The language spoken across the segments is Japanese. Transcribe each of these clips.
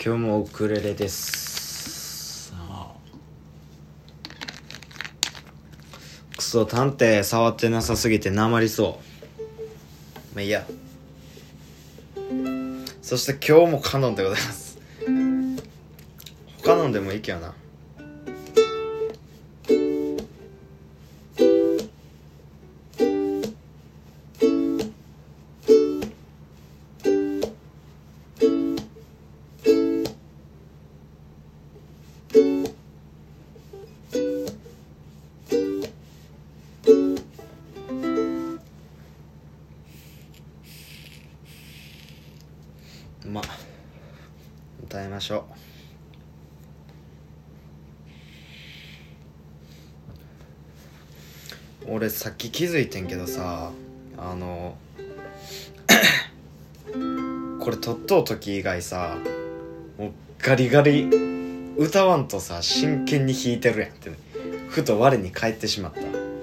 今日もウクレレです。クソ探偵触ってなさすぎてなまりそう。まあいいや。そして今日もカノンでございます。他のんでもいいけどな。まあ歌いましょう。俺さっき気づいてんけどさ、これ撮っとう時以外さ、もうガリガリ歌わんとさ真剣に弾いてるやんって、ね、ふと我に返ってしまった。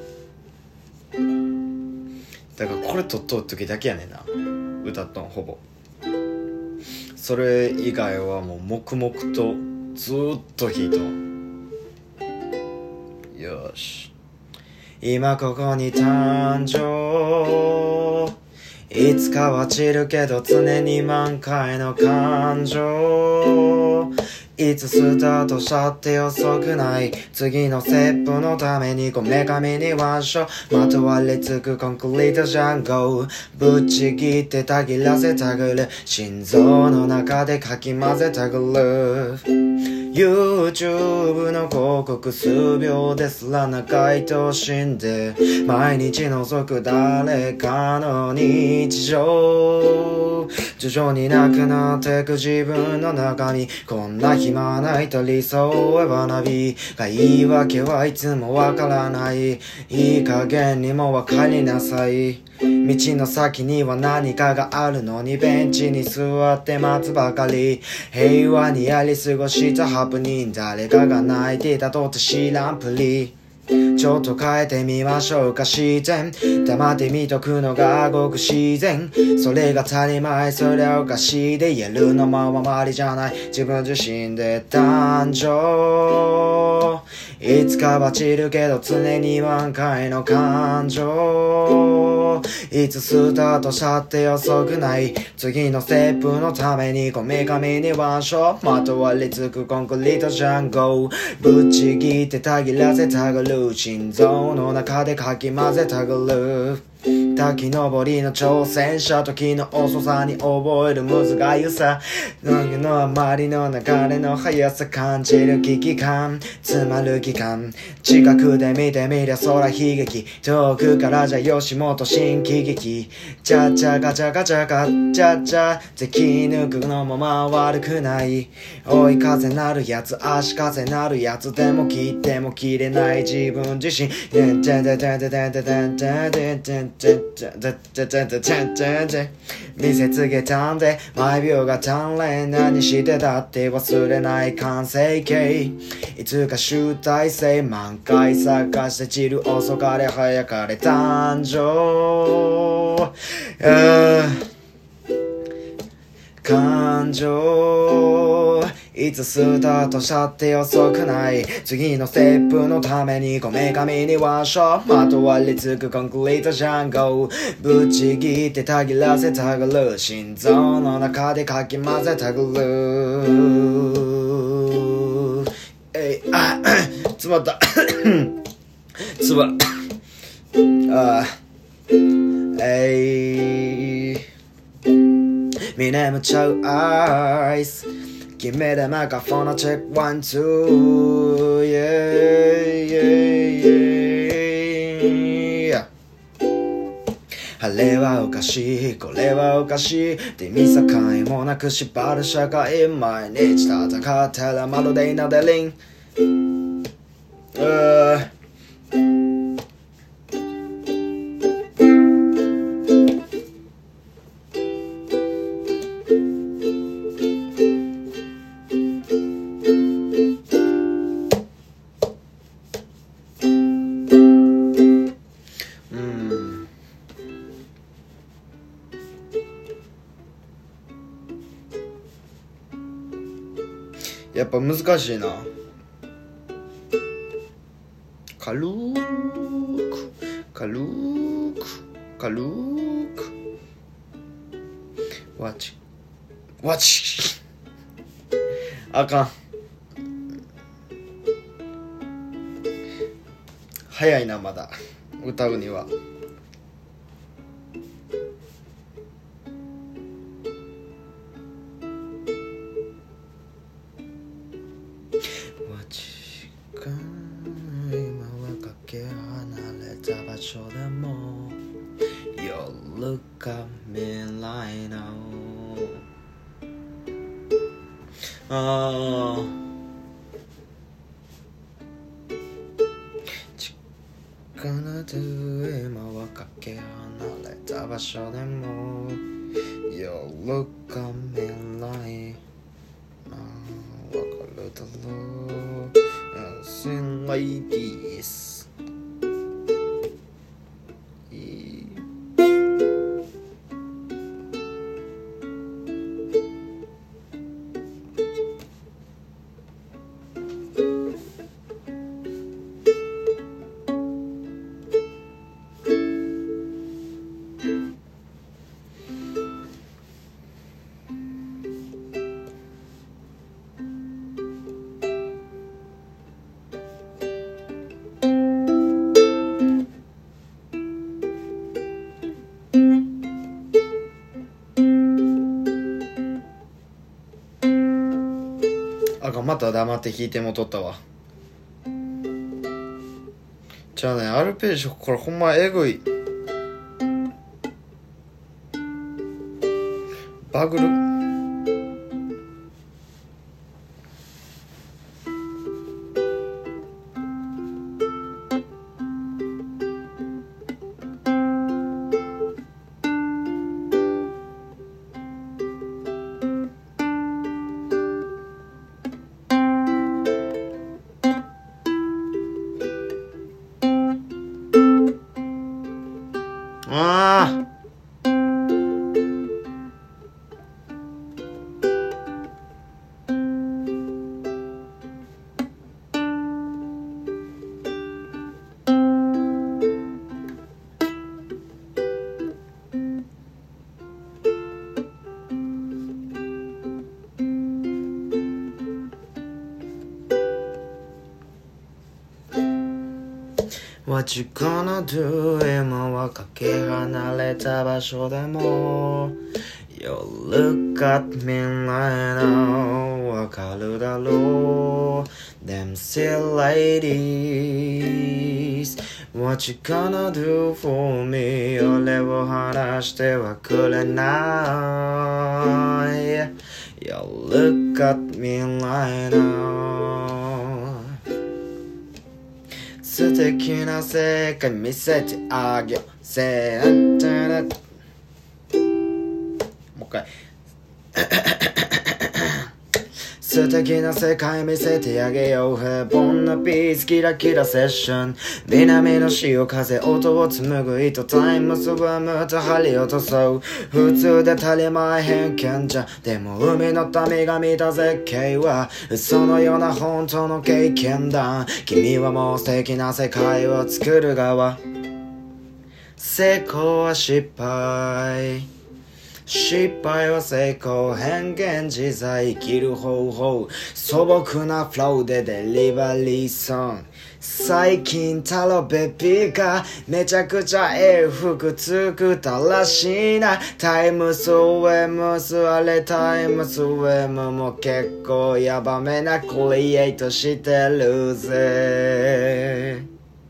だからこれ撮っとう時だけやねんな、歌っとんほぼ。それ以外はもう黙々とずーっと弾いとん。よし、今ここに誕生、いつかは散るけど常に満開の感情、いつスタートしたって遅くない、次のステップのためにこめかみにワンショまとわりつくコンクリートジャンゴ、ぶっちぎってたぎらせたぐる、心臓の中でかき混ぜたぐる、YouTube の広告数秒ですら長いと死んで、毎日覗く誰かの日常、徐々になくなってく自分の中身、こんな暇ないと理想へ学びが、言い訳はいつもわからない、いい加減にもわかりなさい、道の先には何かがあるのにベンチに座って待つばかり、平和にやり過ごしたハプニング、誰かが泣いてたとって知らんぷり、ちょっと変えてみましょうか視点、黙って見とくのがごく自然、それが当たり前、それはおかしいで言えるのも周りじゃない、自分自身で誕生、いつかは散るけど常に満開の感情、いつスタートしたって遅くない、次のステップのためにこめかみにワンショまとわりつくコンクリートジャンゴ、ぶっちぎってたぎらせたぐる、心臓の中でかき混ぜたぐる、滝登りの挑戦者、時の遅さに覚えるむずがゆさ、何のあまりの流れの速さ、感じる危機感、詰まる期間、近くで見てみりゃ空悲劇、遠くからじゃ吉本新喜劇、チャチャガチャガチャガチャチャ、敵抜くのもまあ悪くない、追い風なるやつ、足風なるやつ、でも切っても切れない自分自身、見せつけたんで毎秒が鍛錬、何してたって忘れない完成形、いつか集大成満開探して散る遅かれ早かれ誕生、感情、いつスタートしたって遅くない、次のステップのためにこめかみにワンショまとわりつくコンクリートジャンゴ、ぶっちぎってたぎらせたぐる、心臓の中でかき混ぜたぐる、詰まったつば見眠っちゃうアイス、決めでマカフォンのチェックワンツー、あれはおかしいこれはおかしいって見境もなく縛る社会、毎日戦ったらまるで稲でリン、 やっぱ難しいな。軽く軽く軽くわちわちあかん、早いな、まだ歌うには。今はかけ離れた場所でも夜か未来の力で今はかけ離れた場所でも夜か未来のわかるだろうSing like this また黙って弾いてもとったわ。じゃあね、アルペジオこれほんまえぐい。バグる。What you gonna do 今はかけ離れた場所でも You look at me right now わかるだろう Them silly ladies What you gonna do for me 俺を離してはくれない You look at me right now素敵な世界見せてあげようせーもう一回素敵な世界見せてあげよう平凡なピースキラキラセッション南の潮風音を紡ぐ糸タイムスウィムと針落とそう普通で足りまい偏見じゃでも海の民が見た絶景はそのような本当の経験だ君はもう素敵な世界を作る側成功は失敗失敗は成功変幻自在生きる方法素朴なフローでデリバリーソン最近タロベビーがめちゃくちゃ服作ったらしいなタイムスウェムスあれタイムスウェムも結構ヤバめなクリエイトしてるぜ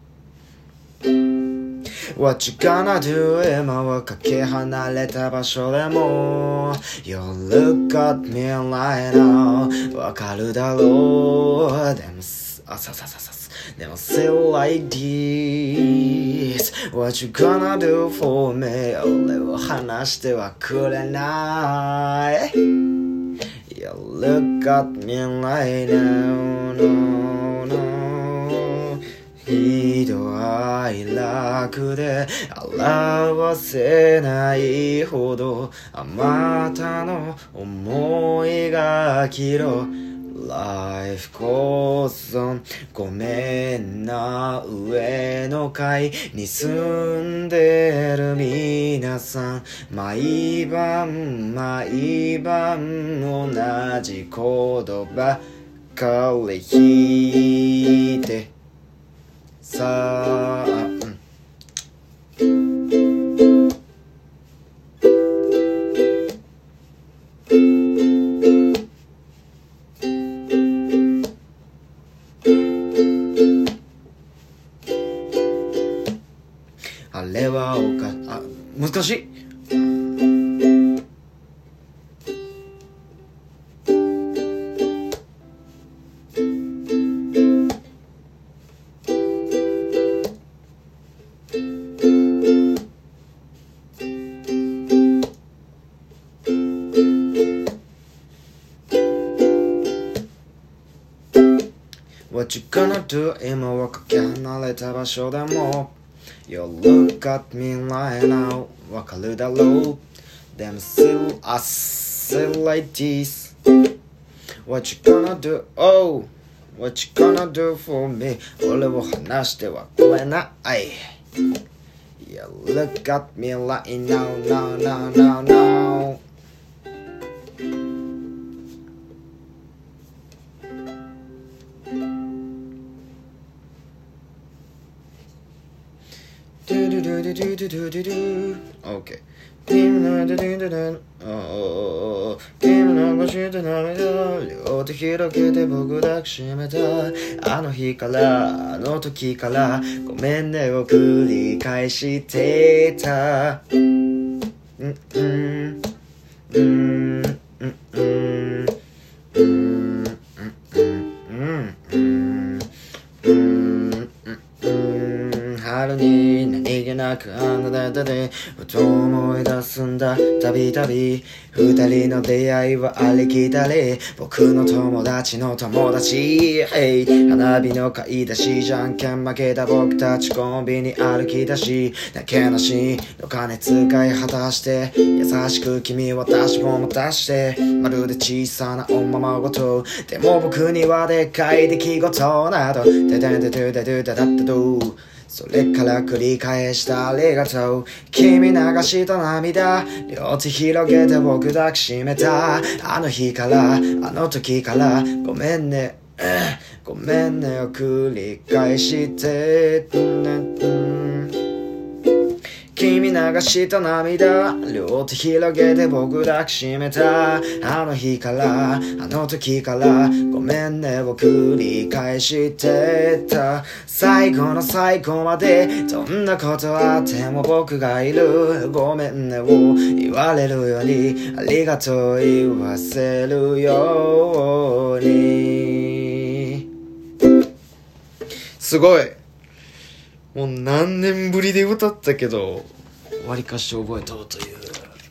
What you gonna do 今はかけ離れた場所でも You look at me right now わかるだろうでもでも say like this What you gonna do for me 俺を離してはくれない You look at me right now no, no. 喜怒哀楽で表せないほどあまたの思いがキロライフコースオンごめんな上の階に住んでる皆さん毎晩毎晩同じコードばっかり弾いてさあ、あれは難しい。What you gonna do 今はかけ離れた場所でも You look at me right now わかるだろう Them still oscillates What you gonna do Oh What you gonna do for me 俺を話してはくれない You look at me right now now now now now OK 君の腰で涙両手広げて僕抱きしめたあの日からあの時からごめんねを繰り返してた春に何気なくあなたでふと思い出すんだたびたび二人の出会いはありきたり僕の友達の友達、hey、花火の買い出しじゃんけん負けた僕たちコンビニ歩き出しなけなしの金使い果たして優しく君私を持たしてまるで小さなおままごとでも僕にはでかい出来事などでででででででだったとそれから繰り返したありがとう君流した涙両手広げて僕抱きしめたあの日からあの時からごめんねごめんねを繰り返して君流した涙両手広げて僕抱きしめたあの日からあの時からごめんねを繰り返してた最後の最後までどんなことあっても僕がいるごめんねを言われるようにありがとう言わせるようにすごいもう何年ぶりで歌ったけどわりかし覚えとうという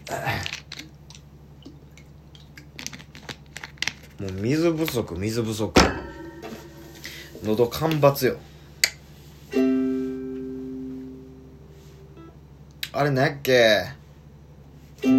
もう水不足喉干ばつよあれ何やっけで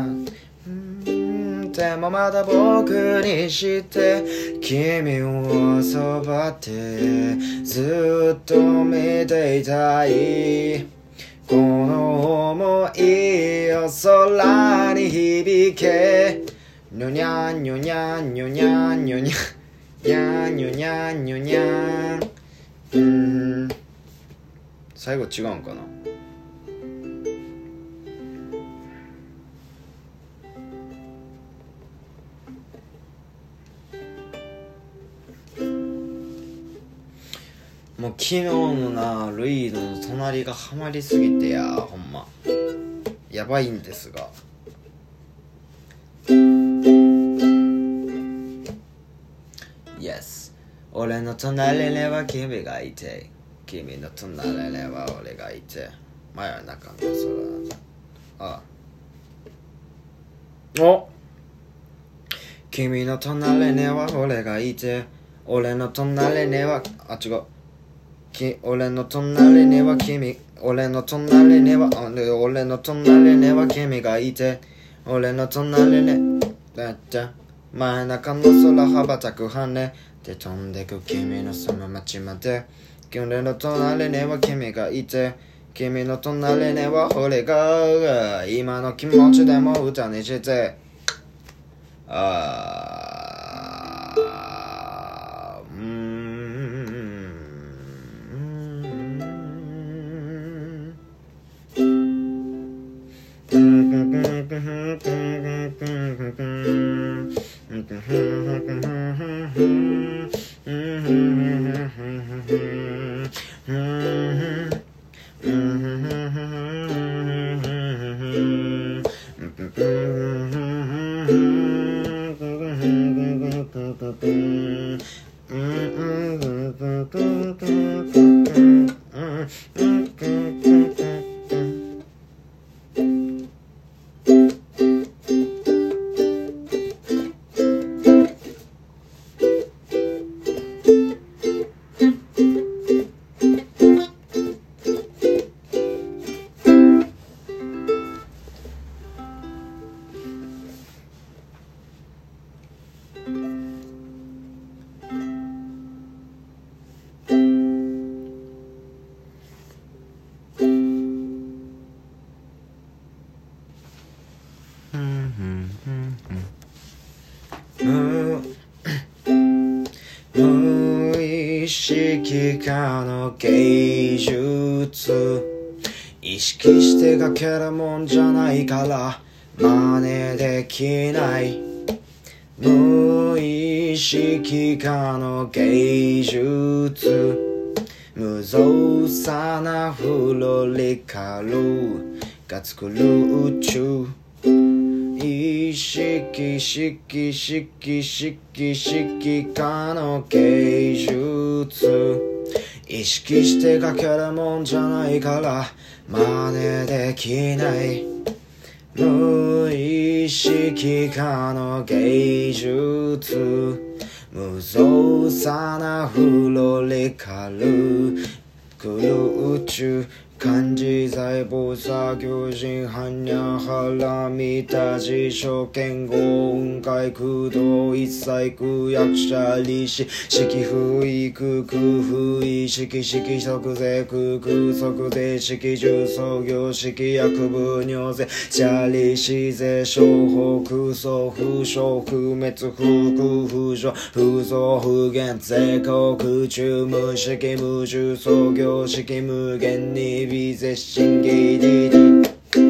もまだ僕にして君をそばってずっと見ていたいこの想いを空に響けにょにゃんにょにゃんにょにゃんにょにゃんにょにゃんにょにゃん最後違うんかなもう昨日のなルイードの隣がハマりすぎてやほんまやばいんですがYes 俺の隣には君がいて君の隣には俺がいて真夜中の空あお君の隣には俺がいて俺の隣には違う俺の隣には君俺の隣には君がいて俺の隣にだって真中の空羽ばたく羽で飛んでく君の住む街まで。君の隣には君がいて、君の隣には俺が、今の気持ちでも歌にして。無意識化の芸術、意識して書けるもんじゃないから真似できない。無意識化の芸術、無造作なフロリカルが作る宇宙。意識化の芸術、意識して書けるもんじゃないから真似できない。無意識化の芸術、無造作なフロリカル来る宇宙。漢字財宝作業人般若波羅蜜多事証券語雲海空洞一切空役者利子式不意空空不意式式即税空空即税式重創業式薬部尿税者利子税商法空想不詳不滅不空不詳不増不減税高空中無式無重創業式無限に微絶心ゲリリ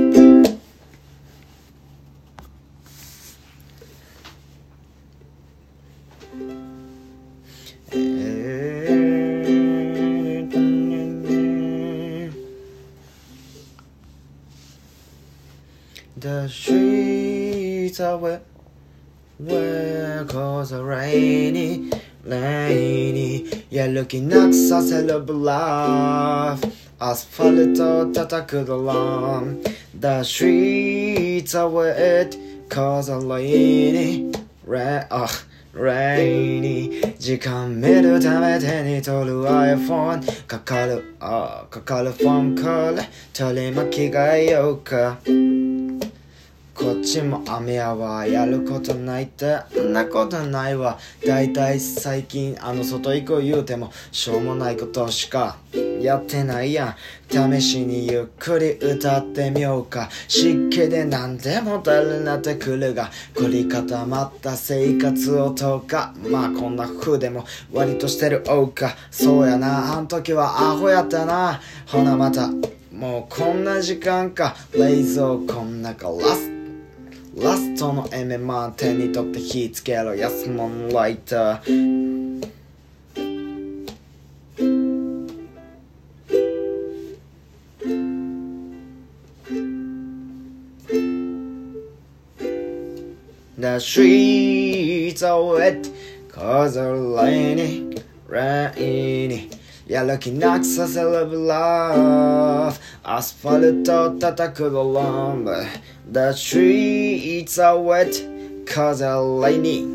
The streets are wet, wet cause are rainy, rainy. Yeah, looking up, so celebrate. アスファルト叩くドラム The streets are wet cause of rainy rainy 時間見るため手に取る iPhone かかるフォンコール取り巻き替えようかこっちも雨やわやることないってんなことないわだいたい最近外行こう言うてもしょうもないことしかやってないやん試しにゆっくり歌ってみようか湿気で何でもだるなってくるが凝り固まった生活を10日まあこんな風でも割としてるおうかそうやなあん時はアホやったなほなまたもうこんな時間か冷蔵庫ん中ラストのエメマン手に取って火つけろ安物ライターThe streets are wet cause of rainyやる気なくさせるブラフアスファルト叩くドラム The streets are wet cause of rainy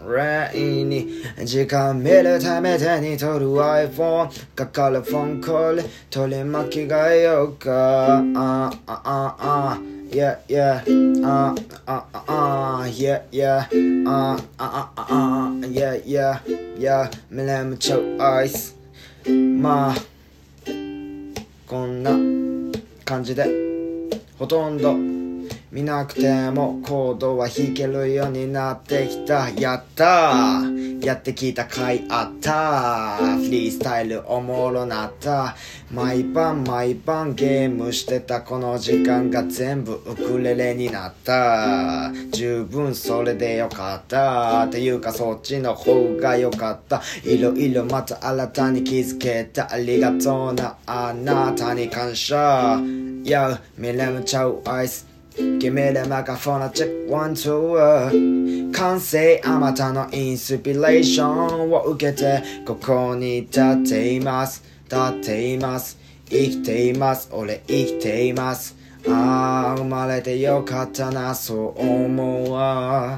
時間見るため手に取る iPhone かかるフォンコール取り巻き替えようかYeah yeah yeah yeah me name ちゃうアイスまあこんな感じでほとんど見なくてもコードは弾けるようになってきたやったーやってきた回あったフリースタイルおもろなった毎晩ゲームしてたこの時間が全部ウクレレになった十分それでよかったっていうかそっちの方がよかったいろいろまた新たに気づけたありがとうなあなたに感謝 Yo ミレムチャウアイスGive me the microphone, check 1, 2完成あまたのインスピレーションを受けてここに立っています生きています俺生きています生まれてよかったなそう思うわ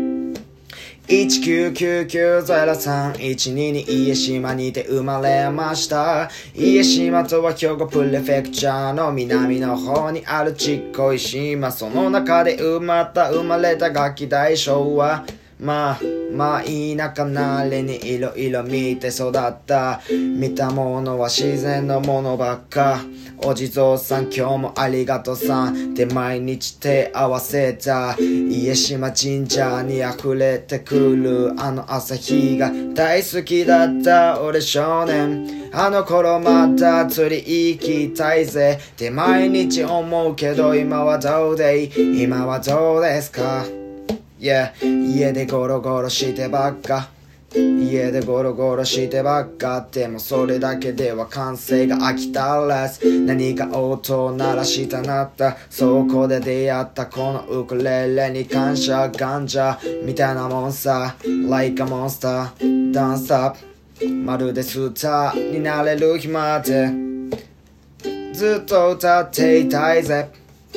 199903122に家島にて生まれました家島とは兵庫プレフェクチャーの南の方にあるちっこい島その中で生まれたガキ大将はまあ田舎なりにいろいろ見て育った見たものは自然のものばっかお地蔵さん今日もありがとさんで毎日手合わせた家島神社に溢れてくるあの朝日が大好きだった俺少年あの頃また釣り行きたいぜって毎日思うけど今はどうですかYeah 家でゴロゴロしてばっかでもそれだけでは感性が飽きたらず何か音を鳴らしたなったそこで出会ったこのウクレレに感謝ガンジャみたいなもんさ Like a monster Don't stop まるでスターになれる日までずっと歌っていたいぜ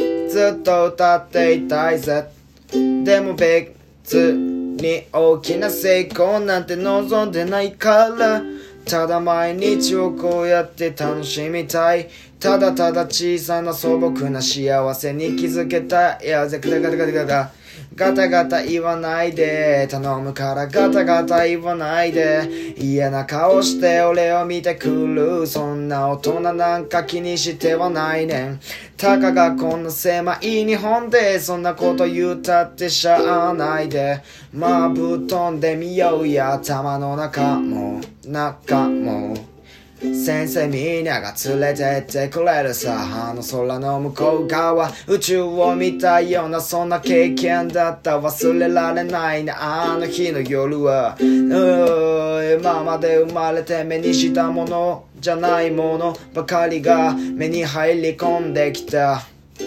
でも別に大きな成功なんて望んでないからただ毎日をこうやって楽しみたいただ小さな素朴な幸せに気づけたいやガタガタ言わないで頼むからガタガタ言わないで嫌な顔して俺を見てくるそんな大人なんか気にしてはないねんたかがこんな狭い日本でそんなこと言うたってしゃあないでまあぶっ飛んでみようや頭の中も先生みんなが連れてってくれるさあの空の向こう側宇宙を見たようなそんな経験だった忘れられないなあの日の夜は今まで生まれて目にしたものじゃないものばかりが目に入り込んできた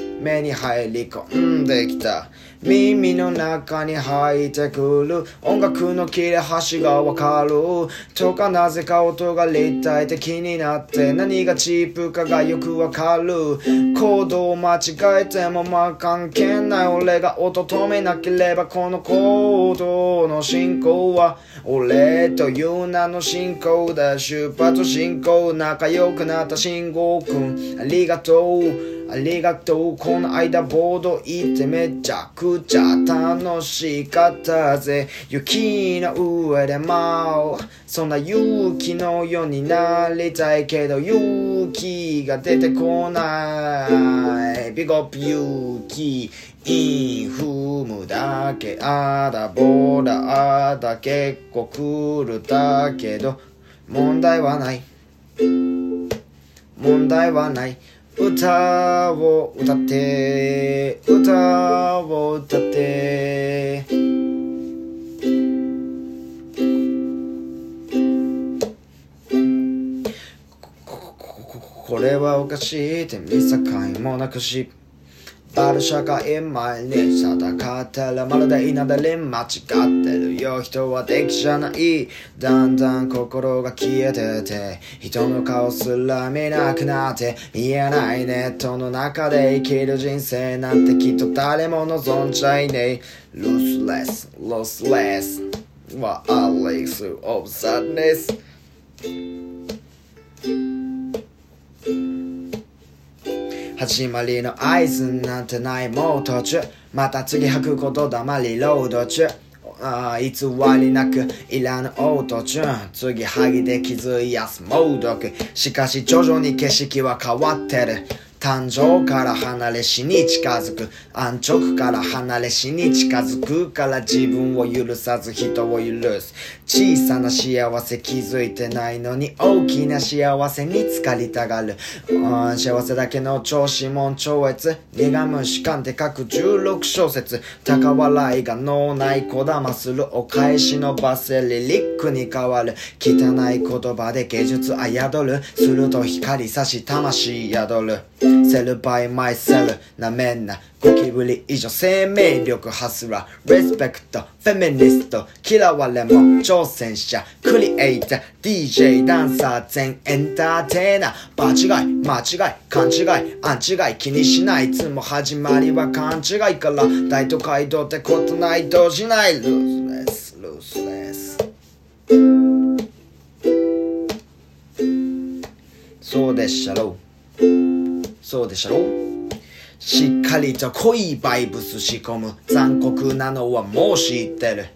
耳の中に入ってくる音楽の切れ端がわかるとかなぜか音が立体的になって何がチープかがよくわかるコードを間違えてもまあ関係ない俺が音止めなければこのコードの進行は俺という名の進行だ出発進行仲良くなった信号くんありがとうこの間ボード行ってめちゃくちゃ楽しかったぜ雪の上で舞うそんな勇気のようになりたいけど勇気が出てこないビッグアップ勇気インフムだけあだぼだあだ結構クールだけど問題はない歌を歌ってこれはおかしいって見境もなくしバル社会前に戦ってるまるで稲田り間違ってるよ人は敵じゃないだんだん心が消えてて人の顔すら見なくなって見えないネットの中で生きる人生なんてきっと誰も望んじゃいねえ Lossless は Alex of Sadness始まりの合図なんてないもう途中また次吐くことだまリロード中偽りなくいらぬオートチューン次はぎで気づいやす猛毒しかし徐々に景色は変わってる誕生から離れ死に近づく安直から離れ死に近づくから自分を許さず人を許す小さな幸せ気づいてないのに大きな幸せに浸かりたがる、幸せだけの調子もん超越苦む主観で書く16小節高笑いが脳内こだまするお返しのバスリリックに変わる汚い言葉で芸術あやどるすると光差し魂宿るセルバイマイセルなめんなゴキブリ以上生命力ハスラーレスペクトフェミニスト嫌われも挑戦者クリエイター DJ ダンサー全エンターテイナー場違い間違い勘違いアン違い気にしないいつも始まりは勘違いから大都会どうってことない動じないルースレスそうでっしゃろそうでしょしっかりと濃いバイブス仕込む残酷なのはもう知ってる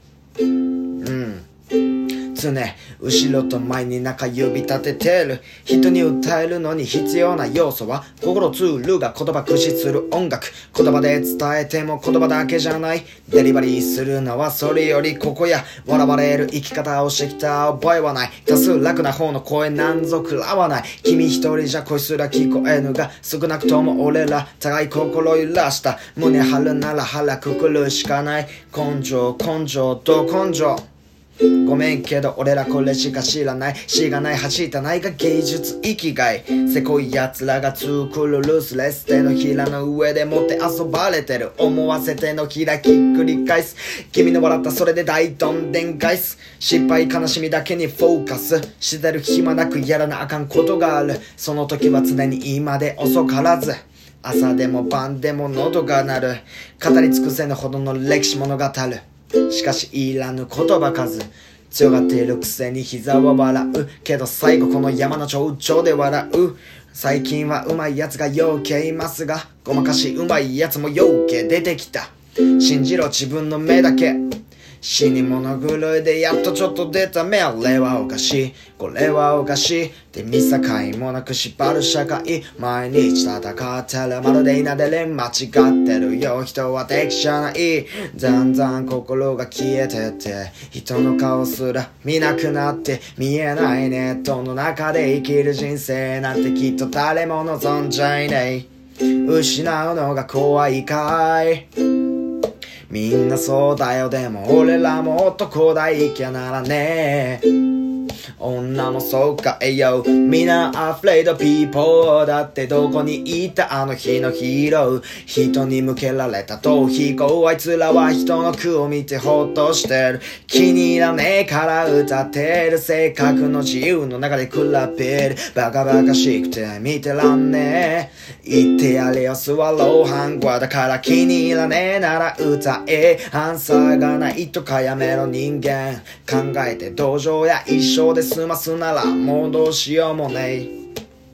常後ろと前に中指立ててる人に訴えるのに必要な要素は心ツールが言葉駆使する音楽言葉で伝えても言葉だけじゃないデリバリーするのはそれよりここや笑われる生き方をしてきた覚えはない多数楽な方の声なんぞ食らわない君一人じゃ声すら聞こえぬが少なくとも俺ら互い心揺らした胸張るなら腹くくるしかない根性と根性ごめんけど俺らこれしか知らないしがない走ったないが芸術生きがいせこい奴らが作るルースレス手のひらの上でもって遊ばれてる思わせてのひらき繰り返す君の笑ったそれで大どんでん返す失敗悲しみだけにフォーカスしてる暇なくやらなあかんことがあるその時は常に今で遅からず朝でも晩でも喉が鳴る語り尽くせぬほどの歴史物語るしかしいらぬ言葉数強がっているくせに膝は笑うけど最後この山の頂上で笑う最近はうまいやつがようけいますがごまかしうまいやつもようけ出てきた信じろ自分の目だけ死に物狂いでやっとちょっと出た目あれはおかしいこれはおかしいって見境もなく縛る社会毎日戦ってるまるで稲でれ間違ってるよ人は敵じゃないだんだん心が消えてって人の顔すら見なくなって見えないネットの中で生きる人生なんてきっと誰も望んじゃいない失うのが怖いかいみんなそうだよでも俺らも男だいきゃならねえ女もそうかえよみんな afraid of people だってどこにいたあの日のヒーロー人に向けられた逃避行あいつらは人の苦を見てほっとしてる気に入らねえから歌ってる性格の自由の中で比べるバカバカしくて見てらんねえ言ってやれよスワローハンゴアだから気に入らねえなら歌えアンサーがないとかやめろ人間考えて同情や一生で済ますならもうどうしようもねえ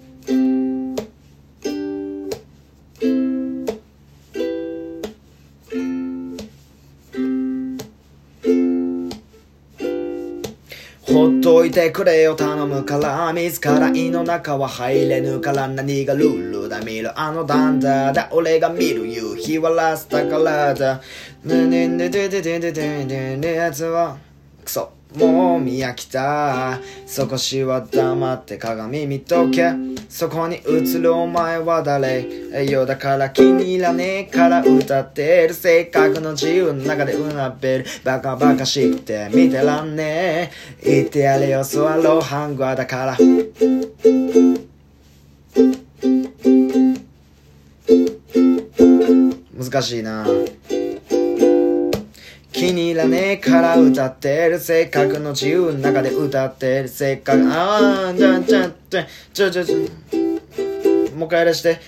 ほっといてくれよ頼むから自ら胃の中は入れぬから何がルールだ見るあのダンダだ俺が見る夕日はラスタからだねねねねねねねねねやつはクソもう見飽きた少しは黙って鏡見とけそこに映るお前は誰栄養だから気に入らねえから歌ってる性格の自由の中でうなべるバカバカしくて見てらんねえ言ってやれよスワローハンガーだから難しいな気に入らねえから歌ってる性格の自由の中で歌ってる性格あーちょもう一回やらして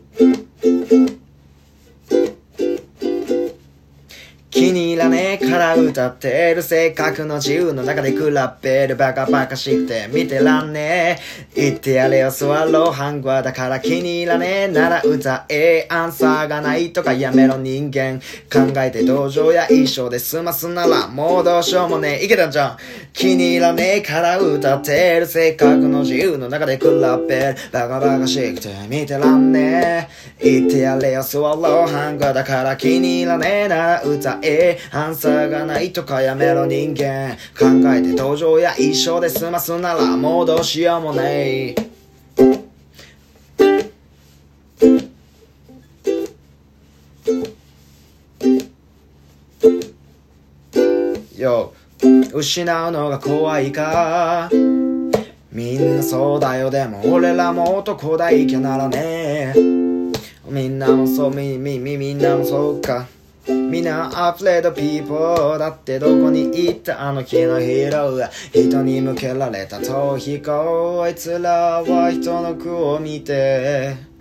気に入らねえからら歌ってる性格の自由の中で比べるバカバカして見てらんねえ言ってやれよスワローハングだから気に入らねえなら歌えアンサーがないとかやめろ人間考えて道場や衣装で済ますならもうどうしようもねえいけたんじゃん気に入らねえから歌ってる性格の自由の中で比べるバカバカしくて見てらんねえ言ってやれよスワローハングだから気に入らねえなら歌えアンサーがないとかやめろ人間考えて登場や衣装で済ますならもうどうしようもねえよ失うのが怖いかみんなそうだよでも俺らも男だいけならねみんなもそうみんなもそうかみんなアフレードピーポーだってどこに行ったあの日のヒーローが人に向けられた逃避行あいつらは人の苦を見て